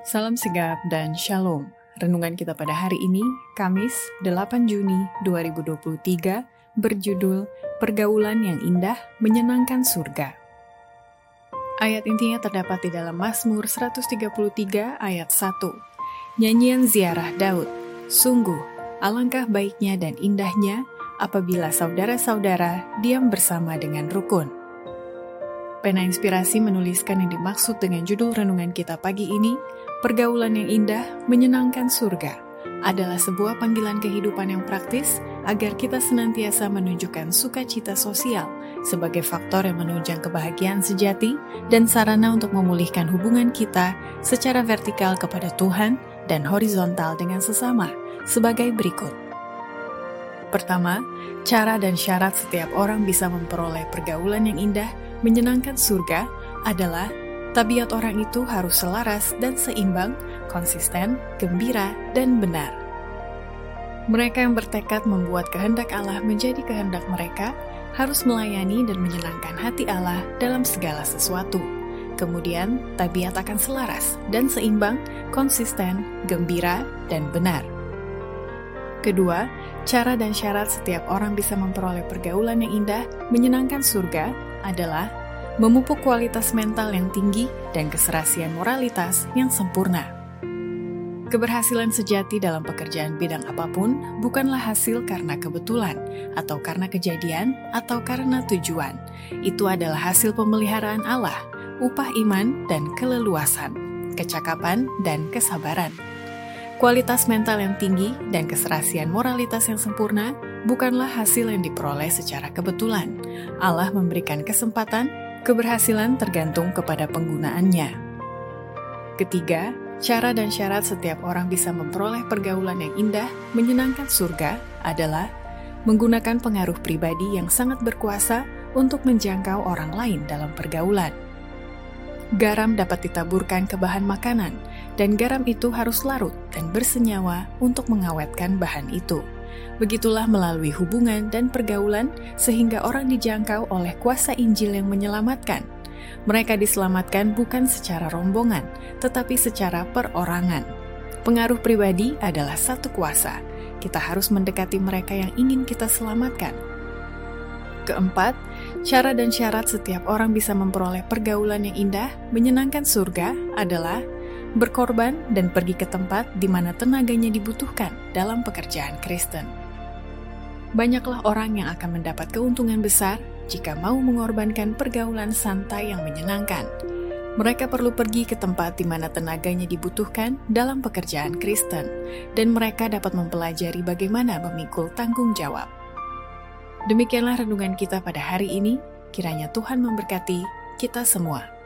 Salam sigap dan shalom. Renungan kita pada hari ini, Kamis 8 Juni 2023, berjudul Pergaulan yang Indah Menyenangkan Surga. Ayat intinya terdapat di dalam Mazmur 133 ayat 1. Nyanyian ziarah Daud. Sungguh, alangkah baiknya dan indahnya apabila saudara-saudara diam bersama dengan rukun. Pena Inspirasi menuliskan yang dimaksud dengan judul renungan kita pagi ini, pergaulan yang indah menyenangkan surga, adalah sebuah panggilan kehidupan yang praktis agar kita senantiasa menunjukkan sukacita sosial sebagai faktor yang menunjang kebahagiaan sejati dan sarana untuk memulihkan hubungan kita secara vertikal kepada Tuhan dan horizontal dengan sesama sebagai berikut. Pertama, cara dan syarat setiap orang bisa memperoleh pergaulan yang indah menyenangkan surga adalah tabiat orang itu harus selaras dan seimbang, konsisten, gembira, dan benar. Mereka yang bertekad membuat kehendak Allah menjadi kehendak mereka harus melayani dan menyenangkan hati Allah dalam segala sesuatu. Kemudian, tabiat akan selaras dan seimbang, konsisten, gembira, dan benar. Kedua, cara dan syarat setiap orang bisa memperoleh pergaulan yang indah menyenangkan surga adalah memupuk kualitas mental yang tinggi dan keserasian moralitas yang sempurna. Keberhasilan sejati dalam pekerjaan bidang apapun bukanlah hasil karena kebetulan, atau karena kejadian, atau karena tujuan. Itu adalah hasil pemeliharaan Allah, upah iman dan keleluasan, kecakapan dan kesabaran. Kualitas mental yang tinggi dan keserasian moralitas yang sempurna bukanlah hasil yang diperoleh secara kebetulan. Allah memberikan kesempatan, keberhasilan tergantung kepada penggunaannya. Ketiga, cara dan syarat setiap orang bisa memperoleh pergaulan yang indah menyenangkan surga adalah menggunakan pengaruh pribadi yang sangat berkuasa untuk menjangkau orang lain dalam pergaulan. Garam dapat ditaburkan ke bahan makanan, dan garam itu harus larut dan bersenyawa untuk mengawetkan bahan itu. Begitulah melalui hubungan dan pergaulan sehingga orang dijangkau oleh kuasa Injil yang menyelamatkan. Mereka diselamatkan bukan secara rombongan, tetapi secara perorangan. Pengaruh pribadi adalah satu kuasa. Kita harus mendekati mereka yang ingin kita selamatkan. Keempat, cara dan syarat setiap orang bisa memperoleh pergaulan yang indah menyenangkan surga adalah berkorban dan pergi ke tempat di mana tenaganya dibutuhkan dalam pekerjaan Kristen. Banyaklah orang yang akan mendapat keuntungan besar jika mau mengorbankan pergaulan santai yang menyenangkan. Mereka perlu pergi ke tempat di mana tenaganya dibutuhkan dalam pekerjaan Kristen, dan mereka dapat mempelajari bagaimana memikul tanggung jawab. Demikianlah renungan kita pada hari ini. Kiranya Tuhan memberkati kita semua.